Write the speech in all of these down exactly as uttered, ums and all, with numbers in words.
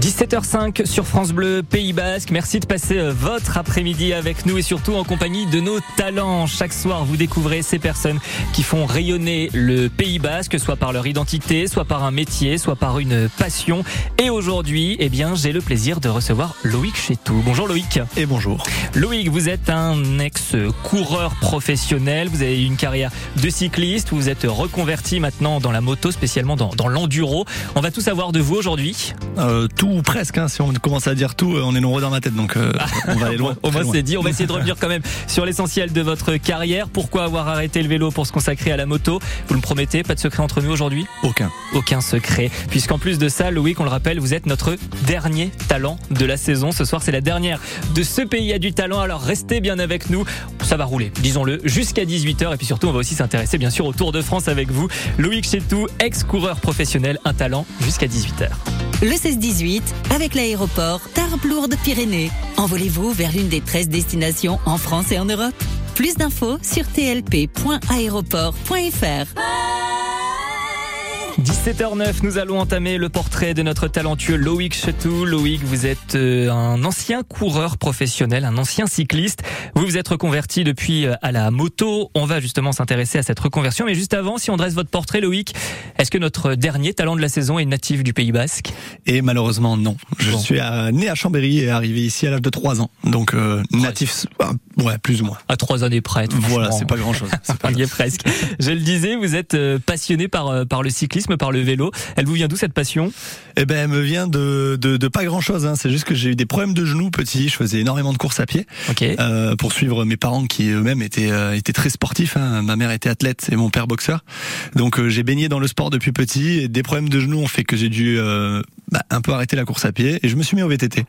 dix-sept heures cinq sur France Bleu Pays Basque. Merci de passer votre après-midi avec nous et surtout en compagnie de nos talents. Chaque soir, vous découvrez ces personnes qui font rayonner le Pays Basque, soit par leur identité, soit par un métier, soit par une passion. Et aujourd'hui, eh bien, j'ai le plaisir de recevoir Loïc Chetou. Bonjour Loïc. Et bonjour. Loïc, vous êtes un ex-coureur professionnel. Vous avez eu une carrière de cycliste. Vous êtes reconverti maintenant dans la moto, spécialement dans, dans l'enduro. On va tout savoir de vous aujourd'hui. Euh, tout ou presque, hein. Si on commence à dire tout, on est nombreux dans ma tête, donc euh, on va aller loin. Au moins c'est dit, on va essayer de revenir quand même sur l'essentiel de votre carrière. Pourquoi avoir arrêté le vélo pour se consacrer à la moto? Vous le promettez, pas de secret entre nous aujourd'hui? Aucun. Aucun secret. Puisqu'en plus de ça, Loïc, on le rappelle, vous êtes notre dernier talent de la saison. Ce soir, c'est la dernière de ce pays a du talent. Alors restez bien avec nous. Ça va rouler, disons-le, jusqu'à dix-huit heures. Et puis surtout, on va aussi s'intéresser bien sûr au Tour de France avec vous. Loïc Chetou, ex-coureur professionnel, un talent jusqu'à dix-huit heures. Le seize dix-huit, avec l'aéroport Tarbes-Lourdes-Pyrénées. Envolez-vous vers l'une des treize destinations en France et en Europe. Plus d'infos sur t l p point aéroport point f r. dix-sept heures neuf, nous allons entamer le portrait de notre talentueux Loïc Chetou. Loïc, vous êtes un ancien coureur professionnel, un ancien cycliste. Vous vous êtes reconverti depuis à la moto. On va justement s'intéresser à cette reconversion. Mais juste avant, si on dresse votre portrait, Loïc, est-ce que notre dernier talent de la saison est natif du Pays Basque? Et malheureusement, non. Je bon. suis à, né à Chambéry et arrivé ici à l'âge de trois ans. Donc, euh, natif, ouais, plus ou moins. À trois années près. Voilà, c'est pas grand chose. C'est pas Il y est presque. Je le disais, vous êtes passionné par, par le cyclisme, par le vélo. Elle vous vient d'où cette passion? Eh ben, elle me vient de, de, de pas grand chose, hein. C'est juste que j'ai eu des problèmes de genoux petit. Je faisais énormément de courses à pied. Ok. Euh, pour suivre mes parents qui eux-mêmes étaient, euh, étaient très sportifs, hein. Ma mère était athlète et mon père boxeur. Donc, euh, j'ai baigné dans le sport depuis petit et des problèmes de genoux ont fait que j'ai dû, euh, bah, un peu arrêter la course à pied et je me suis mis au V T T.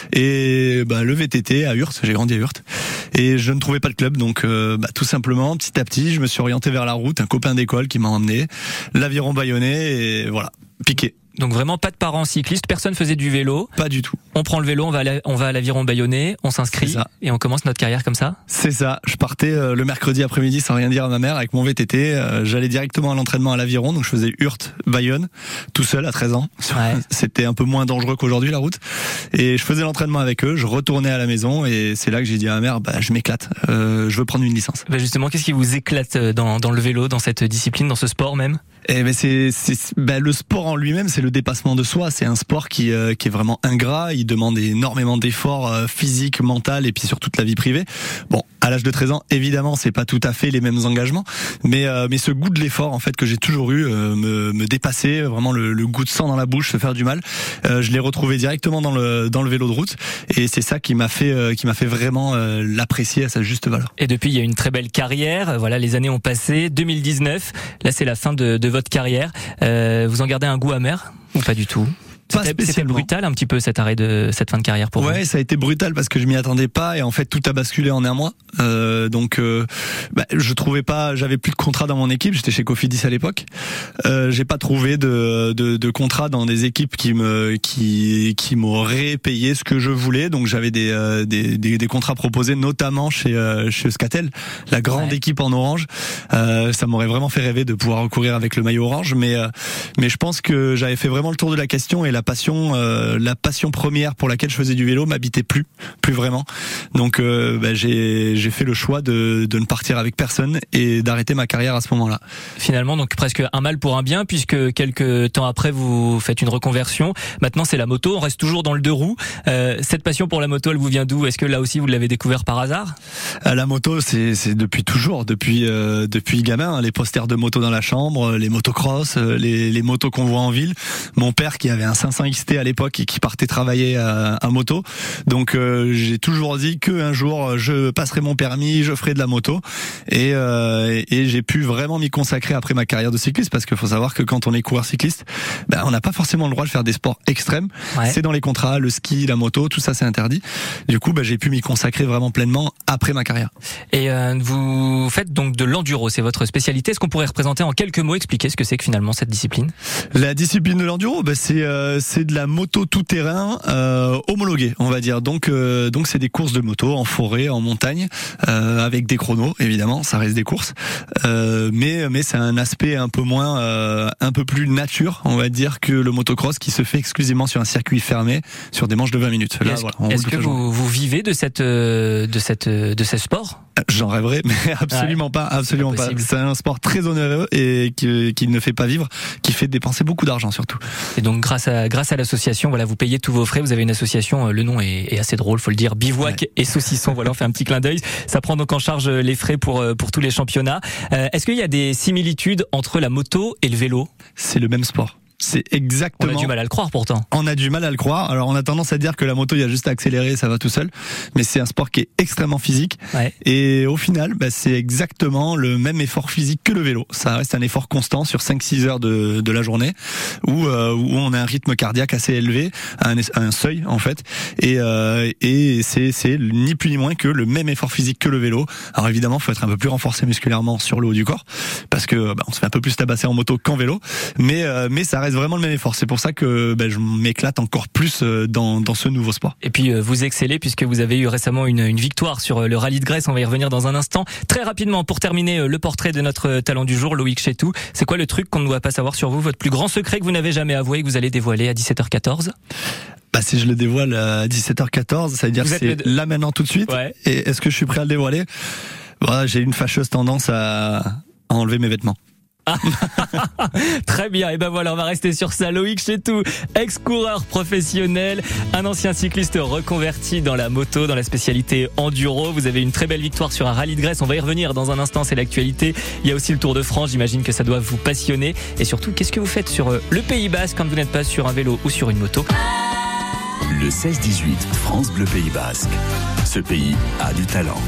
Et, bah, le V T T à Hurt, j'ai grandi à Hurt. Et je ne trouvais pas de club, donc euh, bah, tout simplement, petit à petit, je me suis orienté vers la route. Un copain d'école qui m'a emmené, l'Aviron Bayonnais, et voilà, piqué. Donc vraiment pas de parents cyclistes, personne faisait du vélo. Pas du tout. On prend le vélo, on va à la, on va à l'Aviron Bayonnais, on s'inscrit et on commence notre carrière comme ça. C'est ça. Je partais euh, le mercredi après-midi sans rien dire à ma mère avec mon V T T. Euh, j'allais directement à l'entraînement à l'Aviron, donc je faisais Hurt, Bayonne, tout seul à treize ans. Ouais. C'était un peu moins dangereux qu'aujourd'hui la route. Et je faisais l'entraînement avec eux, je retournais à la maison et c'est là que j'ai dit à ma mère, bah je m'éclate, euh, je veux prendre une licence. Bah justement, qu'est-ce qui vous éclate dans, dans le vélo, dans cette discipline, dans ce sport même? Eh ben c'est, c'est ben le sport en lui-même, c'est le dépassement de soi. C'est un sport qui euh, qui est vraiment ingrat. Il demande énormément d'efforts euh, physiques, mentaux et puis sur toute la vie privée. Bon, à l'âge de treize ans, évidemment, c'est pas tout à fait les mêmes engagements, mais euh, mais ce goût de l'effort en fait que j'ai toujours eu euh, me me dépasser, vraiment le, le goût de sang dans la bouche, se faire du mal. Euh, je l'ai retrouvé directement dans le dans le vélo de route et c'est ça qui m'a fait euh, qui m'a fait vraiment euh, l'apprécier à sa juste valeur. Et depuis, il y a une très belle carrière. Voilà, les années ont passé. deux mille dix-neuf, là, c'est la fin de, de votre carrière. Euh, vous en gardez un goût amer ou pas du tout? C'était, c'était brutal un petit peu cet arrêt de cette fin de carrière pour vous. Ouais, ça a été brutal parce que je m'y attendais pas et en fait tout a basculé en un mois. Euh, donc euh, bah, je trouvais pas, j'avais plus de contrat dans mon équipe. J'étais chez Cofidis à l'époque. Euh, j'ai pas trouvé de, de de contrat dans des équipes qui me qui qui m'auraient payé ce que je voulais. Donc j'avais des euh, des, des des contrats proposés notamment chez euh, chez Euskaltel, la grande ouais. équipe en orange. Euh, ça m'aurait vraiment fait rêver de pouvoir recourir avec le maillot orange, mais euh, mais je pense que j'avais fait vraiment le tour de la question et la La passion, euh, la passion première pour laquelle je faisais du vélo m'habitait plus, plus vraiment. Donc, euh, bah, j'ai, j'ai fait le choix de, de ne partir avec personne et d'arrêter ma carrière à ce moment-là. Finalement, donc presque un mal pour un bien, puisque quelques temps après vous faites une reconversion. Maintenant, c'est la moto. On reste toujours dans le deux roues. Euh, cette passion pour la moto, elle vous vient d'où? Est-ce que là aussi vous l'avez découvert par hasard? À la moto, c'est, c'est depuis toujours, depuis, euh, depuis gamin. Hein, les posters de moto dans la chambre, les motocross, les, les motos qu'on voit en ville. Mon père qui avait un cinq cents X T à l'époque et qui partait travailler à, à moto. Donc euh, j'ai toujours dit que un jour je passerai mon permis, je ferai de la moto et, euh, et j'ai pu vraiment m'y consacrer après ma carrière de cycliste parce qu'il faut savoir que quand on est coureur cycliste, ben on n'a pas forcément le droit de faire des sports extrêmes. Ouais. C'est dans les contrats, le ski, la moto, tout ça c'est interdit. Du coup, ben, j'ai pu m'y consacrer vraiment pleinement après ma carrière. Et euh, vous faites donc de l'enduro, c'est votre spécialité. Est-ce qu'on pourrait représenter en quelques mots, expliquer ce que c'est que finalement cette discipline? La discipline de l'enduro, ben, c'est euh, euh, c'est de la moto tout-terrain euh, homologuée, on va dire. Donc euh, donc c'est des courses de moto en forêt, en montagne, euh, avec des chronos évidemment, ça reste des courses. Euh, mais mais c'est un aspect un peu moins, euh, un peu plus nature, on va dire, que le motocross qui se fait exclusivement sur un circuit fermé, sur des manches de vingt minutes. Là, est-ce, voilà, est-ce que vous, vous vivez de cette de cette de ce sport? J'en rêverais, mais absolument ouais, pas, absolument pas. C'est un sport très onéreux et qui, qui ne fait pas vivre, qui fait dépenser beaucoup d'argent surtout. Et donc grâce à grâce à l'association, voilà, vous payez tous vos frais. Vous avez une association, le nom est, est assez drôle, faut le dire, Bivouac ouais. et Saucisson. Voilà, on fait un petit clin d'œil. Ça prend donc en charge les frais pour pour tous les championnats. Euh, est-ce qu'il y a des similitudes entre la moto et le vélo? C'est le même sport. C'est exactement. On a du mal à le croire pourtant. On a du mal à le croire. Alors on a tendance à dire que la moto, il y a juste à accélérer, ça va tout seul. Mais c'est un sport qui est extrêmement physique. Ouais. Et au final, bah, c'est exactement le même effort physique que le vélo. Ça reste un effort constant sur cinq six heures de, de la journée, où, euh, où on a un rythme cardiaque assez élevé, un, un seuil en fait. Et, euh, et c'est, c'est ni plus ni moins que le même effort physique que le vélo. Alors évidemment, il faut être un peu plus renforcé musculairement sur le haut du corps, parce que bah, on se fait un peu plus tabasser en moto qu'en vélo. Mais, euh, mais ça reste vraiment le même effort. C'est pour ça que ben, je m'éclate encore plus dans, dans ce nouveau sport. Et puis vous excellez puisque vous avez eu récemment une, une victoire sur le rallye de Grèce. On va y revenir dans un instant. Très rapidement, pour terminer le portrait de notre talent du jour, Loïc Chetou, c'est quoi le truc qu'on ne doit pas savoir sur vous, votre plus grand secret que vous n'avez jamais avoué et que vous allez dévoiler à dix-sept heures quatorze? Bah, si je le dévoile à dix-sept heures quatorze, ça veut dire que c'est le... là maintenant tout de suite. Ouais. Et est-ce que je suis prêt à le dévoiler? Voilà, j'ai une fâcheuse tendance à, à enlever mes vêtements. Très bien, et ben voilà, on va rester sur ça. Loïc Chetou, ex-coureur professionnel, un ancien cycliste reconverti dans la moto, dans la spécialité enduro. Vous avez une très belle victoire sur un rallye de Grèce, on va y revenir dans un instant, c'est l'actualité. Il y a aussi le Tour de France, j'imagine que ça doit vous passionner. Et surtout, qu'est-ce que vous faites sur le Pays Basque quand vous n'êtes pas sur un vélo ou sur une moto? Le seize dix-huit, France Bleu Pays Basque. Ce pays a du talent.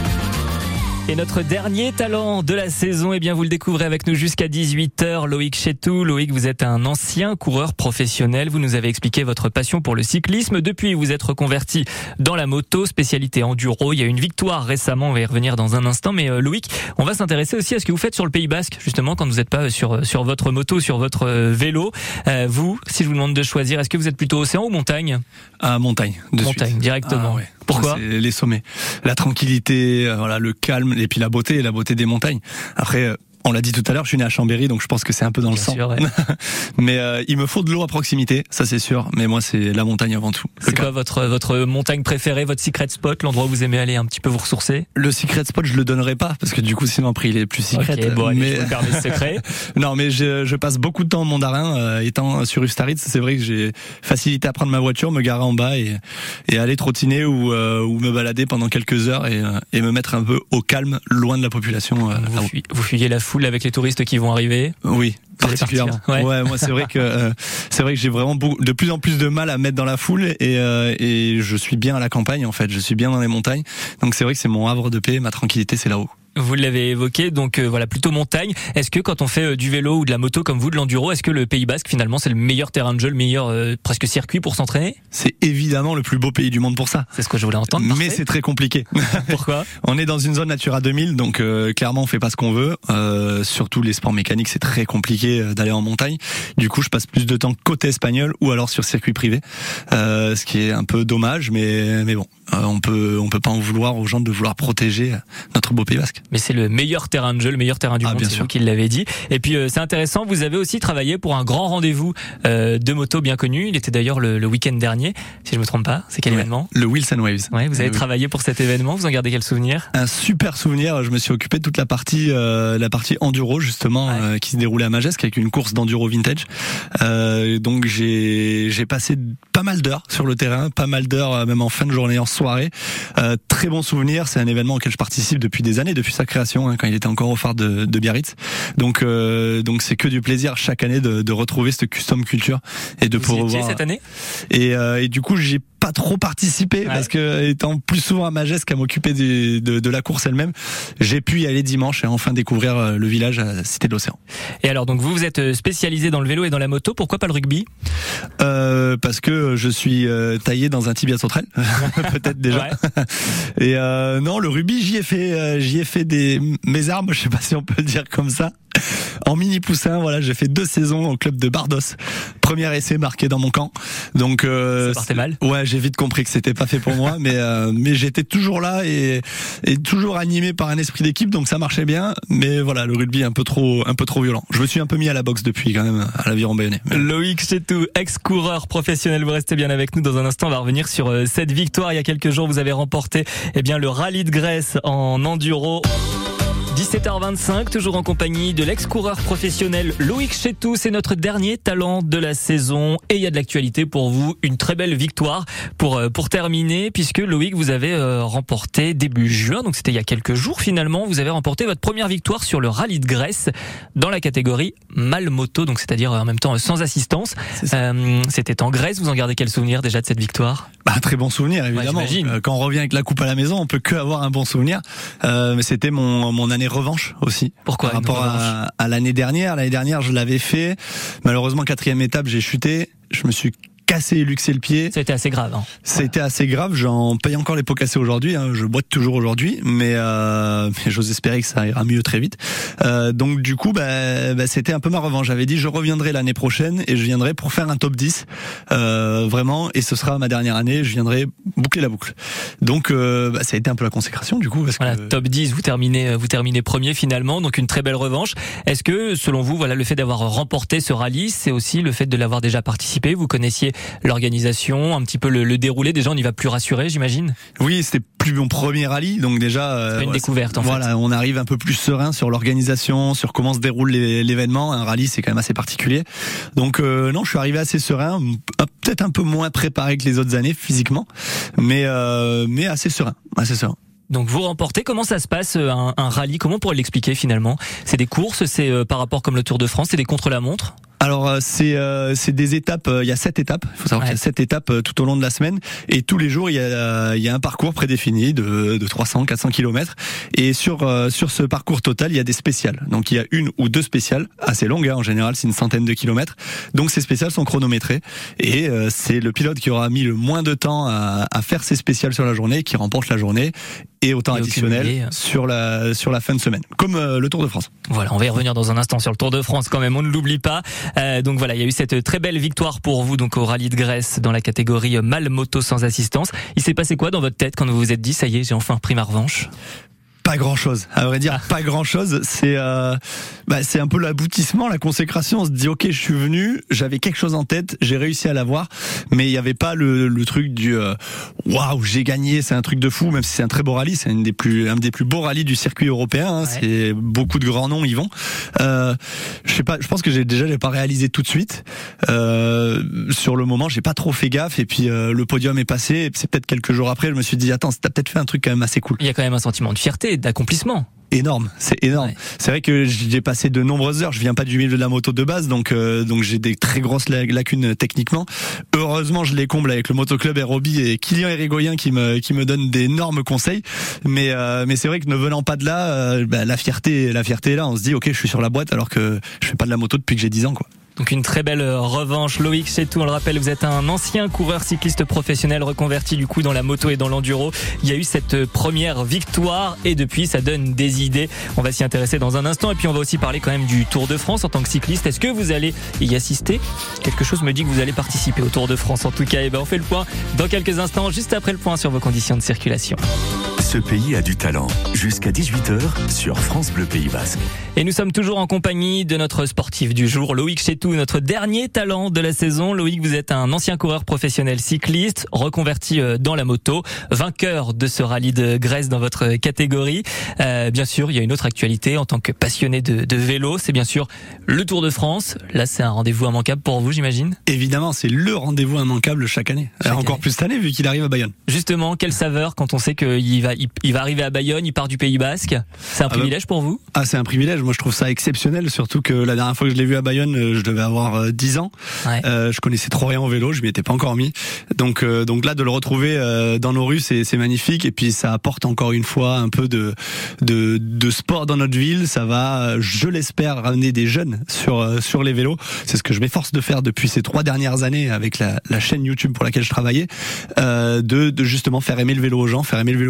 Et notre dernier talent de la saison, eh bien vous le découvrez avec nous jusqu'à dix-huit heures, Loïc Chetou. Loïc, vous êtes un ancien coureur professionnel. Vous nous avez expliqué votre passion pour le cyclisme. Depuis, vous êtes reconverti dans la moto, spécialité enduro. Il y a une victoire récemment, on va y revenir dans un instant. Mais euh, Loïc, on va s'intéresser aussi à ce que vous faites sur le Pays Basque, justement, quand vous n'êtes pas sur sur votre moto, sur votre vélo. Euh, vous, si je vous demande de choisir, est-ce que vous êtes plutôt océan ou montagne? Ah, montagne, de montagne, suite. directement. Ah, ouais. Pourquoi? C'est les sommets, la tranquillité, euh, voilà, le calme et puis la beauté, la beauté des montagnes. Après, euh, on l'a dit tout à l'heure, je suis né à Chambéry, donc je pense que c'est un peu dans Bien le sang. Sûr, ouais. Mais euh, il me faut de l'eau à proximité, ça c'est sûr. Mais moi, c'est la montagne avant tout. C'est quoi votre votre montagne préférée, votre secret spot, l'endroit où vous aimez aller un petit peu vous ressourcer? Le secret spot, je le donnerai pas parce que du coup, sinon après, il est plus secret. Okay, bon, allez, mais je vous permets ce secret. Non, mais je, je passe beaucoup de temps en Mondarin, euh, étant sur Ustaritz. C'est vrai que j'ai facilité à prendre ma voiture, me garer en bas et et aller trottiner ou euh, ou me balader pendant quelques heures et euh, et me mettre un peu au calme, loin de la population. Euh, vous, fuyez, vous fuyez la foule avec les touristes qui vont arriver? Oui, particulièrement. Ouais. ouais, moi c'est vrai que euh, c'est vrai que j'ai vraiment beaucoup, de plus en plus de mal à mettre dans la foule et euh, et je suis bien à la campagne en fait, je suis bien dans les montagnes. Donc c'est vrai que c'est mon havre de paix, ma tranquillité, c'est là-haut. Vous l'avez évoqué, donc euh, voilà, plutôt montagne. Est-ce que quand on fait euh, du vélo ou de la moto comme vous, de l'enduro, est-ce que le Pays Basque finalement c'est le meilleur terrain de jeu, le meilleur euh, presque circuit pour s'entraîner? C'est évidemment le plus beau pays du monde pour ça. C'est ce que je voulais entendre. Mais c'est très compliqué. Pourquoi? On est dans une zone Natura deux mille, donc euh, clairement on fait pas ce qu'on veut. Euh, surtout les sports mécaniques, c'est très compliqué d'aller en montagne. Du coup, je passe plus de temps côté espagnol ou alors sur circuit privé, euh, ce qui est un peu dommage, mais mais bon, euh, on peut on peut pas en vouloir aux gens de vouloir protéger notre beau Pays Basque. Mais c'est le meilleur terrain de jeu, le meilleur terrain du ah, monde, c'est sûr. Vous qui l'avez dit. Et puis euh, c'est intéressant, vous avez aussi travaillé pour un grand rendez-vous euh, de moto bien connu. Il était d'ailleurs le, le week-end dernier, si je me trompe pas. C'est quel ouais, événement? Le Wheels and Waves. Ouais, vous avez oui. travaillé pour cet événement. Vous en gardez quel souvenir? Un super souvenir. Je me suis occupé de toute la partie, euh, la partie enduro justement, ouais. euh, qui se déroulait à Magesque avec une course d'enduro vintage. Euh, donc j'ai j'ai passé pas mal d'heures sur le terrain, pas mal d'heures même en fin de journée, en soirée. Euh, très bon souvenir. C'est un événement auquel je participe depuis des années, depuis sa création, hein, quand il était encore au phare de, de Biarritz. Donc euh, donc c'est que du plaisir chaque année de, de retrouver cette custom culture et de Vous pouvoir y étiez cette année. Et, euh, et du coup j'ai pas trop participé ouais. parce que étant plus souvent à Magesque qu'à m'occuper du, de, de la course elle-même, j'ai pu y aller dimanche et enfin découvrir le village à Cité de l'Océan. Et alors donc vous vous êtes spécialisé dans le vélo et dans la moto, pourquoi pas le rugby? euh, Parce que je suis euh, taillé dans un tibia sauterelle, peut-être déjà. Ouais. Et euh, non, le rugby j'y ai fait, euh, j'y ai fait des mes armes, je sais pas si on peut le dire comme ça. En mini poussin, voilà, j'ai fait deux saisons au club de Bardos. Premier essai marqué dans mon camp. Donc euh, ça partait mal. Ouais, j'ai vite compris que c'était pas fait pour moi, mais euh, mais j'étais toujours là et et toujours animé par un esprit d'équipe, donc ça marchait bien. Mais voilà, le rugby un peu trop un peu trop violent. Je me suis un peu mis à la boxe depuis quand même à l'Aviron Bayonnais. Mais... Loïc Chetou, ex-coureur professionnel, vous restez bien avec nous. Dans un instant, on va revenir sur euh, cette victoire. Il y a quelques jours, vous avez remporté eh bien le rallye de Grèce en enduro. dix-sept heures vingt-cinq, toujours en compagnie de l'ex-coureur professionnel Loïc Chetou. C'est notre dernier talent de la saison et il y a de l'actualité pour vous. Une très belle victoire pour pour terminer, puisque Loïc, vous avez euh, remporté début juin, donc c'était il y a quelques jours finalement, vous avez remporté votre première victoire sur le rallye de Grèce dans la catégorie mal moto, donc c'est-à-dire en même temps sans assistance. Euh, c'était en Grèce. Vous en gardez quel souvenir déjà de cette victoire? Bah, très bon souvenir évidemment. Ouais, euh, quand on revient avec la coupe à la maison, on peut que avoir un bon souvenir. Euh, mais c'était mon mon année revanche aussi. Pourquoi? Par rapport à, à l'année dernière. L'année dernière, je l'avais fait. Malheureusement, quatrième étape, j'ai chuté. Je me suis cassé et luxé le pied. C'était assez grave. Hein. C'était assez grave. J'en paye encore les pots cassés aujourd'hui. Hein. Je boite toujours aujourd'hui, mais, euh, mais j'ose espérer que ça ira mieux très vite. Euh, donc du coup, bah, bah, c'était un peu ma revanche. J'avais dit je reviendrai l'année prochaine et je viendrai pour faire un top dix, euh, vraiment. Et ce sera ma dernière année. Je viendrai boucler la boucle. Donc euh, bah, ça a été un peu la consécration du coup. Parce voilà, que... top dix, vous terminez, vous terminez premier finalement. Donc une très belle revanche. Est-ce que selon vous, voilà, le fait d'avoir remporté ce rallye, c'est aussi le fait de l'avoir déjà participé? Vous connaissiez l'organisation, un petit peu le, le déroulé, déjà on y va plus rassuré, j'imagine. Oui, c'était plus mon premier rallye, donc déjà euh, une ouais, découverte en voilà, fait. On arrive un peu plus serein sur l'organisation, sur comment se déroule les, l'événement. Un rallye, c'est quand même assez particulier. Donc euh, non, je suis arrivé assez serein, peut-être un peu moins préparé que les autres années physiquement, mais euh, mais assez serein, assez serein. Donc vous remportez, comment ça se passe un, un rallye? Comment on pourrait l'expliquer finalement? C'est des courses, c'est euh, par rapport comme le Tour de France, c'est des contre-la-montre? Alors c'est euh, c'est des étapes. Il y a sept étapes. Il faut savoir ouais. qu'il y a sept étapes tout au long de la semaine et tous les jours il y a il y a un parcours prédéfini de de trois cents quatre cents kilomètres et sur euh, sur ce parcours total il y a des spéciales. Donc il y a une ou deux spéciales assez longues. Hein, en général c'est une centaine de kilomètres. Donc ces spéciales sont chronométrées et euh, c'est le pilote qui aura mis le moins de temps à, à faire ses spéciales sur la journée qui remporte la journée et au temps et additionnel cumulé. sur la sur la fin de semaine, comme euh, le Tour de France. Voilà, on va y revenir dans un instant sur le Tour de France quand même, on ne l'oublie pas. Euh, donc voilà, il y a eu cette très belle victoire pour vous donc au rallye de Grèce dans la catégorie mal moto sans assistance. Il s'est passé quoi dans votre tête quand vous vous êtes dit ça y est, j'ai enfin pris ma revanche? Pas grand chose, à vrai dire, pas grand chose. C'est euh, bah, c'est un peu l'aboutissement, la consécration. On se dit ok, je suis venu, j'avais quelque chose en tête, j'ai réussi à l'avoir, mais il y avait pas le, le truc du waouh, wow, j'ai gagné, c'est un truc de fou. Même si c'est un très beau rallye, c'est une des plus un des plus beaux rallyes du circuit européen. Hein, ouais. C'est beaucoup de grands noms y vont. Euh, je sais pas, je pense que j'ai déjà j'ai pas réalisé tout de suite. Euh, sur le moment, j'ai pas trop fait gaffe et puis euh, le podium est passé. Et c'est peut-être quelques jours après, je me suis dit attends, t'as peut-être fait un truc quand même assez cool. Il y a quand même un sentiment de fierté, d'accomplissement. Énorme, c'est énorme. Ouais. C'est vrai que j'ai passé de nombreuses heures. Je viens pas du milieu de la moto de base, donc euh, donc j'ai des très grosses lacunes techniquement. Heureusement, je les comble avec le motoclub Aérobie et Kylian Érigoyen qui me qui me donne d'énormes conseils. Mais euh, mais c'est vrai que ne venant pas de là, euh, bah, la fierté la fierté est là. On se dit ok, je suis sur la boîte alors que je fais pas de la moto depuis que j'ai dix ans quoi. Donc une très belle revanche. Loïc Chetou, on le rappelle, vous êtes un ancien coureur cycliste professionnel reconverti du coup dans la moto et dans l'enduro. Il y a eu cette première victoire et depuis ça donne des idées. On va s'y intéresser dans un instant et puis on va aussi parler quand même du Tour de France en tant que cycliste. Est-ce que vous allez y assister? Quelque chose me dit que vous allez participer au Tour de France en tout cas. Et ben on fait le point dans quelques instants, juste après le point sur vos conditions de circulation. Ce pays a du talent. Jusqu'à dix-huit heures sur France Bleu Pays Basque. Et nous sommes toujours en compagnie de notre sportif du jour, Loïc Chetou, notre dernier talent de la saison. Loïc, vous êtes un ancien coureur professionnel cycliste, reconverti dans la moto, vainqueur de ce rallye de Grèce dans votre catégorie. Euh, bien sûr, il y a une autre actualité en tant que passionné de, de vélo, c'est bien sûr le Tour de France. Là, c'est un rendez-vous immanquable pour vous, j'imagine? Évidemment, c'est le rendez-vous immanquable chaque année. Chaque Encore année. Plus cette année, vu qu'il arrive à Bayonne. Justement, quelle saveur quand on sait qu'il va, il, il va arriver à Bayonne, il part du Pays Basque. C'est un ah privilège bah, pour vous? Ah, c'est un privilège. Moi, je trouve ça exceptionnel, surtout que la dernière fois que je l'ai vu à Bayonne, je devais avoir euh, dix ans. Ouais. Euh, je connaissais trop rien au vélo, je m'y étais pas encore mis. Donc, euh, donc là, de le retrouver euh, dans nos rues, c'est, c'est magnifique. Et puis, ça apporte encore une fois un peu de, de, de sport dans notre ville. Ça va, je l'espère, ramener des jeunes sur, euh, sur les vélos. C'est ce que je m'efforce de faire depuis ces trois dernières années avec la, la chaîne YouTube pour laquelle je travaillais, euh, de, de justement faire aimer le vélo aux gens, faire aimer le vélo aux jeunes.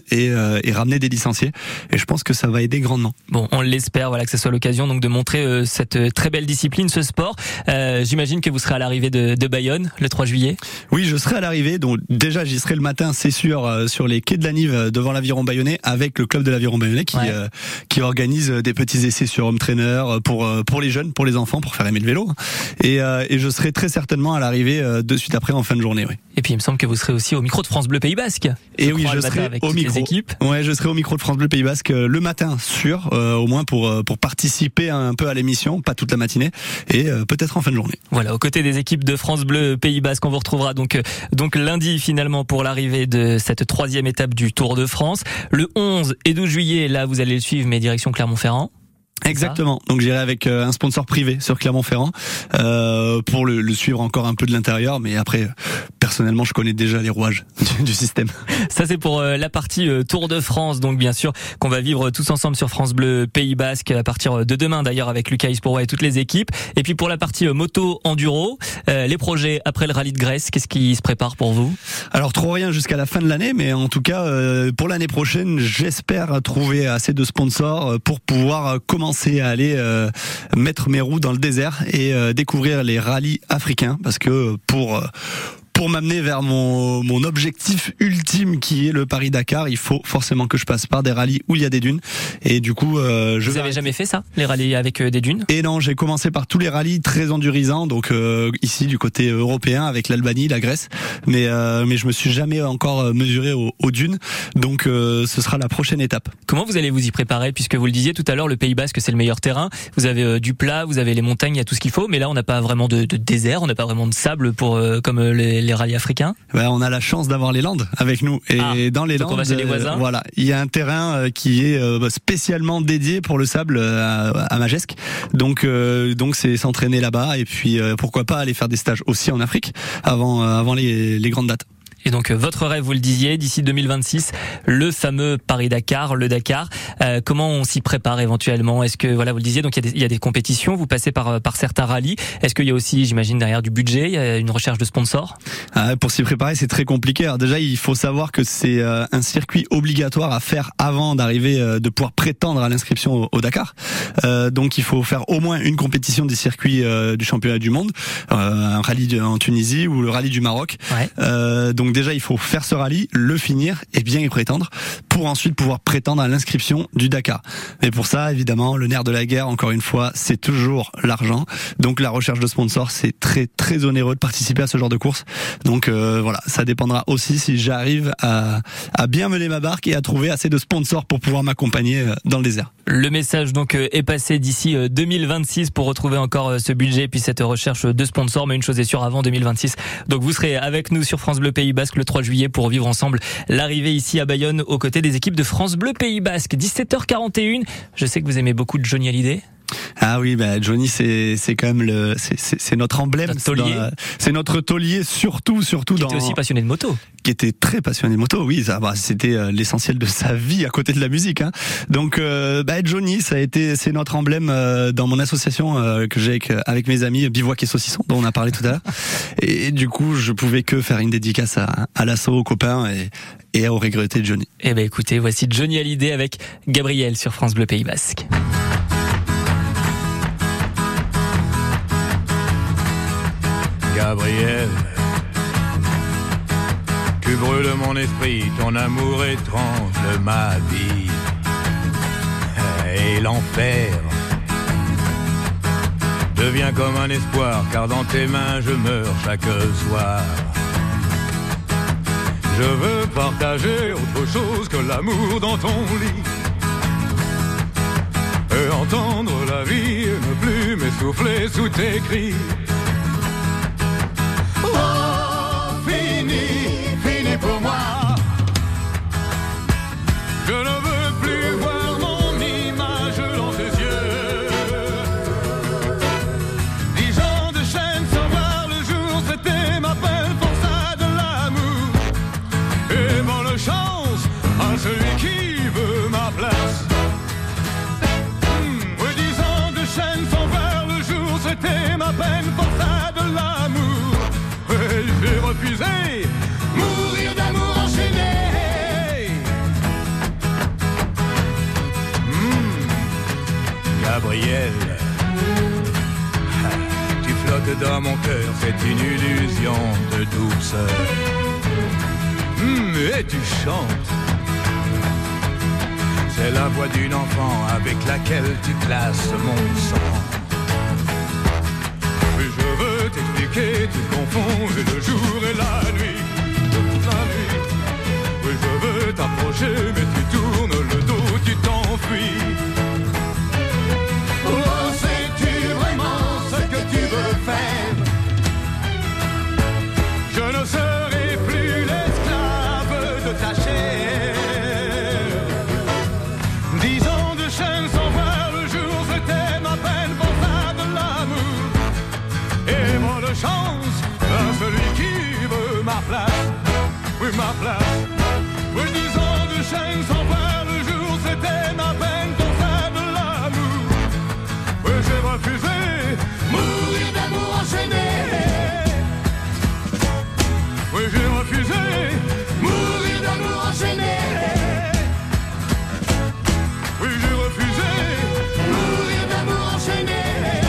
et, euh, et ramener des licenciés. Et je pense que ça va aider grandement. Bon, on l'espère, voilà, que ce soit l'occasion donc de montrer euh, cette euh, très belle discipline, ce sport. Euh, j'imagine que vous serez à l'arrivée de, de Bayonne le trois juillet. Oui, je serai à l'arrivée. Donc déjà, j'y serai le matin, c'est sûr, euh, sur les quais de la Nive, euh, devant l'Aviron Bayonnais, avec le club de l'Aviron Bayonnais qui ouais. euh, qui organise des petits essais sur home trainer pour euh, pour les jeunes, pour les enfants, pour faire aimer le vélo. Et, euh, et je serai très certainement à l'arrivée euh, de suite après en fin de journée. Oui. Et puis il me semble que vous serez aussi au micro de France Bleu Pays Basque. Et oui, je serai avec au micro. Les équipes. Ouais, je serai au micro de France Bleu Pays Basque euh, le matin, sûr, euh, au moins pour euh, pour participer un peu à l'émission, pas toute la matinée, et euh, peut-être en fin de journée. Voilà, aux côtés des équipes de France Bleu Pays Basque, on vous retrouvera donc euh, donc lundi finalement pour l'arrivée de cette troisième étape du Tour de France. Le onze et douze juillet, là vous allez le suivre, mais direction Clermont-Ferrand. Exactement. Donc j'irai avec euh, un sponsor privé sur Clermont-Ferrand euh, pour le, le suivre encore un peu de l'intérieur, mais après personnellement je connais déjà les rouages du, du système. Ça c'est pour euh, la partie euh, Tour de France, donc bien sûr qu'on va vivre tous ensemble sur France Bleu Pays Basque à partir de demain d'ailleurs avec Lucas Isporwa et toutes les équipes. Et puis pour la partie euh, moto enduro, euh, les projets après le rallye de Grèce, qu'est-ce qui se prépare pour vous? Alors trop rien jusqu'à la fin de l'année, mais en tout cas euh, pour l'année prochaine j'espère trouver assez de sponsors pour pouvoir commencer à aller euh, mettre mes roues dans le désert et euh, découvrir les rallyes africains, parce que pour euh, pour m'amener vers mon mon objectif ultime qui est le Paris-Dakar, il faut forcément que je passe par des rallyes où il y a des dunes. Et du coup, euh, je vous avez jamais fait ça, les rallyes avec euh, des dunes? Et non, j'ai commencé par tous les rallyes très endurisants, donc euh, ici du côté européen avec l'Albanie, la Grèce, mais euh, mais je me suis jamais encore mesuré aux, aux dunes, donc euh, ce sera la prochaine étape. Comment vous allez vous y préparer, puisque vous le disiez tout à l'heure, le Pays Basque c'est le meilleur terrain. Vous avez euh, du plat, vous avez les montagnes, il y a tout ce qu'il faut, mais là on n'a pas vraiment de, de désert, on n'a pas vraiment de sable pour euh, comme euh, les, les rallyes africains. Ben, on a la chance d'avoir les Landes avec nous, et ah, dans les donc Landes, on va chez les voisins. Euh, voilà, il y a un terrain euh, qui est euh, spécialement dédié pour le sable euh, à, à Magesque, donc euh, donc c'est s'entraîner là-bas et puis euh, pourquoi pas aller faire des stages aussi en Afrique avant euh, avant les, les grandes dates. Et donc votre rêve, vous le disiez, d'ici deux mille vingt-six, le fameux Paris-Dakar, le Dakar. Euh, comment on s'y prépare éventuellement? Est-ce que voilà, vous le disiez, donc il y a des, il y a des compétitions, vous passez par par certains rallyes. Est-ce qu'il y a aussi, j'imagine, derrière du budget, il y a une recherche de sponsors? Ah, pour s'y préparer, c'est très compliqué. Alors déjà, il faut savoir que c'est euh, un circuit obligatoire à faire avant d'arriver, euh, de pouvoir prétendre à l'inscription au, au Dakar. Euh, donc il faut faire au moins une compétition des circuits euh, du championnat du monde, euh, un rallye de, en Tunisie ou le rallye du Maroc. Ouais. Euh, donc Donc déjà il faut faire ce rallye, le finir et bien y prétendre pour ensuite pouvoir prétendre à l'inscription du Dakar. Et pour ça évidemment le nerf de la guerre, encore une fois, c'est toujours l'argent. Donc la recherche de sponsors, c'est très très onéreux de participer à ce genre de course. Donc euh, voilà, ça dépendra aussi si j'arrive à, à bien mener ma barque et à trouver assez de sponsors pour pouvoir m'accompagner dans le désert. Le message donc est passé d'ici deux mille vingt-six pour retrouver encore ce budget et puis cette recherche de sponsors, mais une chose est sûre, avant deux mille vingt-six. Donc vous serez avec nous sur France Bleu Pays Basque le trois juillet pour vivre ensemble l'arrivée ici à Bayonne aux côtés des équipes de France Bleu Pays Basque. dix-sept heures quarante et une. Je sais que vous aimez beaucoup Johnny Hallyday. Ah oui, bah Johnny, c'est c'est quand même le c'est c'est, c'est notre emblème, notre taulier. Dans, c'est notre taulier surtout surtout qui dans. Qui était aussi passionné de moto. Qui était très passionné de moto, oui, ça, bah, c'était euh, l'essentiel de sa vie à côté de la musique. Hein. Donc, euh, bah, Johnny, ça a été, c'est notre emblème euh, dans mon association euh, que j'ai avec, avec mes amis Bivouac et Saucisson, dont on a parlé tout à l'heure. Et, et du coup, je pouvais que faire une dédicace à, à l'assaut, aux copains et, et au regretté Johnny. Eh ben, écoutez, voici Johnny Hallyday avec Gabriel sur France Bleu Pays Basque. Gabriel, tu brûles mon esprit, ton amour étrange, ma vie et l'enfer devient comme un espoir, car dans tes mains je meurs chaque soir. Je veux partager autre chose que l'amour dans ton lit et entendre la vie et ne plus m'essouffler sous tes cris. Pour moi, je ne veux plus voir mon image dans tes yeux. Dix ans de chaîne sans voir le jour, c'était ma peine pour ça de l'amour. Et bonne chance à celui qui veut ma place. Mmh, oui, dix ans de chaîne sans voir le jour, c'était ma peine. que dans mon cœur c'est une illusion de douceur. Mmh, et tu chantes. C'est la voix d'une enfant avec laquelle tu glaces mon sang. Et je veux t'expliquer, tu confonds le jour et la nuit, toute la nuit. Oui, je veux t'approcher, mais tu tournes le dos, tu t'enfuis. Oh, sais-tu vraiment ce que tu veux faire? Je ne serai plus l'esclave de ta chair. Dix ans de chaîne sans voir le jour, c'était ma peine pour ça de l'amour. Et bonne chance à celui qui veut ma place. Oui, ma place. Oui, dix ans de chaîne sans voir le jour, c'était ma peine pour ça de l'amour. Oui, j'ai refusé mourir d'amour enchaîné. Oui, j'ai refusé mourir d'amour enchaîné. Oui, j'ai refusé mourir d'amour enchaîné.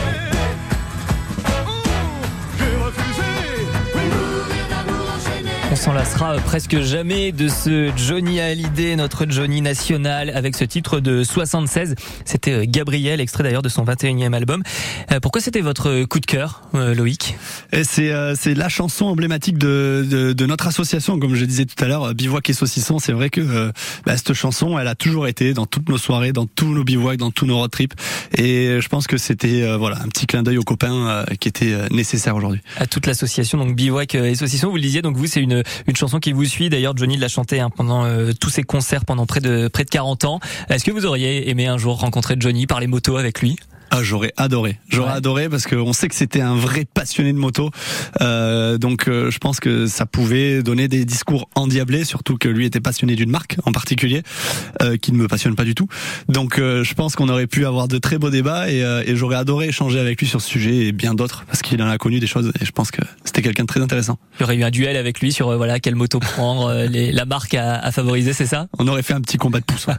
Oh, j'ai refusé oui, mourir d'amour enchaîné. On s'en lassera presque jamais de ce Johnny Hallyday, notre Johnny national, avec ce titre de soixante-seize. C'était Gabriel, extrait d'ailleurs de son vingt et unième album. Pourquoi c'était votre coup de cœur, Loïc? Et c'est euh, c'est la chanson emblématique de, de de notre association, comme je disais tout à l'heure, Bivouac et Saucisson. C'est vrai que euh, bah, cette chanson, elle a toujours été dans toutes nos soirées, dans tous nos bivouacs, dans tous nos road trips. Et je pense que c'était euh, voilà un petit clin d'œil aux copains euh, qui était euh, nécessaire aujourd'hui. À toute l'association, donc Bivouac et Saucisson, vous le disiez. Donc vous, c'est une une chanson qui vous suit. D'ailleurs, Johnny l'a chantée hein, pendant euh, tous ses concerts pendant près de près de quarante ans. Est-ce que vous auriez aimé un jour rencontrer Johnny, parler moto avec lui? Ah, j'aurais adoré. J'aurais ouais. adoré parce qu'on sait que c'était un vrai passionné de moto. Euh, donc, euh, je pense que ça pouvait donner des discours endiablés, surtout que lui était passionné d'une marque en particulier, euh, qui ne me passionne pas du tout. Donc, euh, je pense qu'on aurait pu avoir de très beaux débats et, euh, et j'aurais adoré échanger avec lui sur ce sujet et bien d'autres parce qu'il en a connu des choses et je pense que c'était quelqu'un de très intéressant. Il y aurait eu un duel avec lui sur euh, voilà quelle moto prendre, euh, les, la marque à, à favoriser, c'est ça? On aurait fait un petit combat de pouce. Ouais.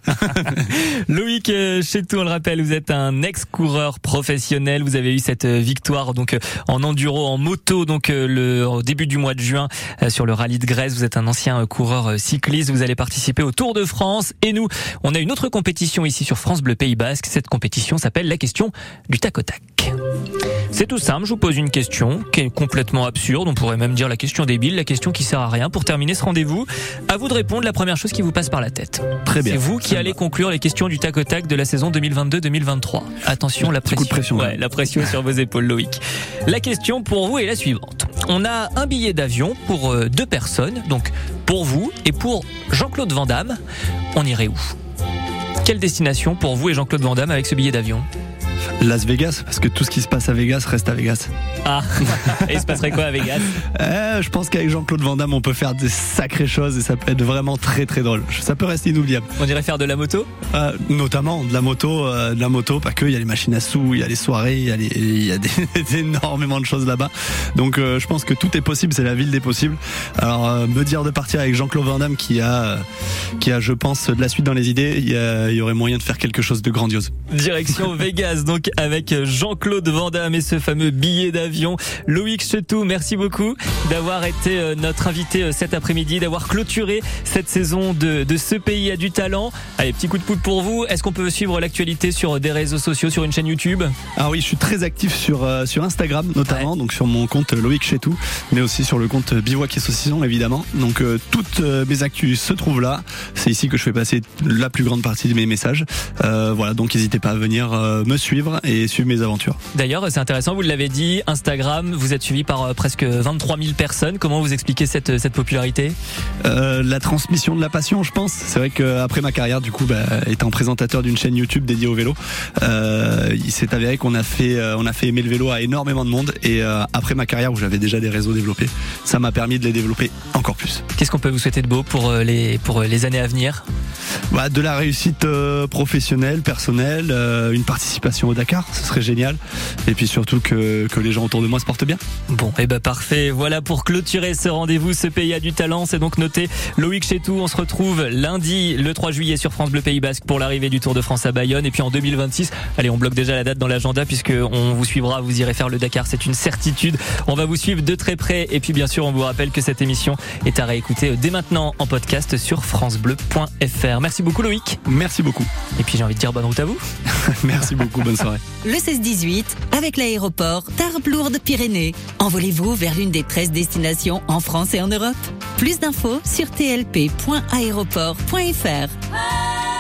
Loïc euh, Chetou, on le rappelle, vous êtes un ex-coureur professionnel. Vous avez eu cette victoire donc en enduro, en moto, donc le au début du mois de juin sur le rallye de Grèce. Vous êtes un ancien coureur cycliste. Vous allez participer au Tour de France. Et nous, on a une autre compétition ici sur France Bleu Pays Basque. Cette compétition s'appelle la question du tac au tac. C'est tout simple, je vous pose une question qui est complètement absurde, on pourrait même dire la question débile, la question qui sert à rien. Pour terminer ce rendez-vous, à vous de répondre la première chose qui vous passe par la tête. Très bien. C'est vous qui allez conclure les questions du tac au tac de la saison deux mille vingt-deux deux mille vingt-trois. Attention, la pression. Coup de pression. Ouais, la pression sur vos épaules, Loïc. La question pour vous est la suivante. On a un billet d'avion pour deux personnes, donc pour vous et pour Jean-Claude Van Damme. On irait où? Quelle destination pour vous et Jean-Claude Van Damme avec ce billet d'avion? Las Vegas, parce que tout ce qui se passe à Vegas reste à Vegas. Ah, et il se passerait quoi à Vegas? euh, Je pense qu'avec Jean-Claude Van Damme, on peut faire des sacrées choses et ça peut être vraiment très très drôle. Ça peut rester inoubliable. On irait faire de la moto? euh, Notamment de la moto, euh, de la moto, pas que. Il y a les machines à sous, il y a les soirées, il y a, les, il y a des, énormément de choses là-bas. Donc euh, je pense que tout est possible, c'est la ville des possibles. Alors euh, me dire de partir avec Jean-Claude Van Damme qui a, euh, qui a, je pense, de la suite dans les idées, il y, a, il y aurait moyen de faire quelque chose de grandiose. Direction Vegas, donc avec Jean-Claude Van Damme et ce fameux billet d'avion. Loïc Chetou, merci beaucoup d'avoir été notre invité cet après-midi, d'avoir clôturé cette saison de, de Ce Pays a du talent. Allez, petit coup de poudre pour vous. Est-ce qu'on peut suivre l'actualité sur des réseaux sociaux, sur une chaîne YouTube? Ah oui, je suis très actif sur, euh, sur Instagram notamment, ouais. Donc sur mon compte Loïc Chetou, mais aussi sur le compte Bivouac et Saucisson évidemment. Donc euh, toutes euh, mes actus se trouvent là. C'est ici que je fais passer la plus grande partie de mes messages. Euh, voilà, donc n'hésitez pas à venir euh, me suivre et suivre mes aventures. D'ailleurs, c'est intéressant, vous l'avez dit, Instagram, vous êtes suivi par euh, presque vingt-trois mille personnes. Comment vous expliquez cette, cette popularité? euh, La transmission de la passion, je pense. C'est vrai qu'après ma carrière, du coup, bah, étant présentateur d'une chaîne YouTube dédiée au vélo, euh, il s'est avéré qu'on a fait, euh, on a fait aimer le vélo à énormément de monde. Et euh, après ma carrière, où j'avais déjà des réseaux développés, ça m'a permis de les développer encore plus. Qu'est-ce qu'on peut vous souhaiter de beau pour les, pour les années à venir? Bah, de la réussite euh, professionnelle, personnelle, euh, une participation au Dakar, ce serait génial. Et puis surtout que, que les gens autour de moi se portent bien. Bon, et ben parfait. Voilà pour clôturer ce rendez-vous. Ce pays a du talent, c'est donc noté. Loïc Chetou, on se retrouve lundi, le trois juillet sur France Bleu Pays Basque pour l'arrivée du Tour de France à Bayonne. Et puis en deux mille vingt-six, allez, on bloque déjà la date dans l'agenda puisque on vous suivra, vous irez faire le Dakar, c'est une certitude. On va vous suivre de très près. Et puis bien sûr, on vous rappelle que cette émission est à réécouter dès maintenant en podcast sur francebleu point f r. Merci beaucoup Loïc. Merci beaucoup. Et puis j'ai envie de dire bonne route à vous. Merci beaucoup, bonne soirée. Le seize dix-huit, avec l'aéroport Tarbes-Lourdes-Pyrénées. Envolez-vous vers l'une des treize destinations en France et en Europe. Plus d'infos sur t l p point aéroport point f r.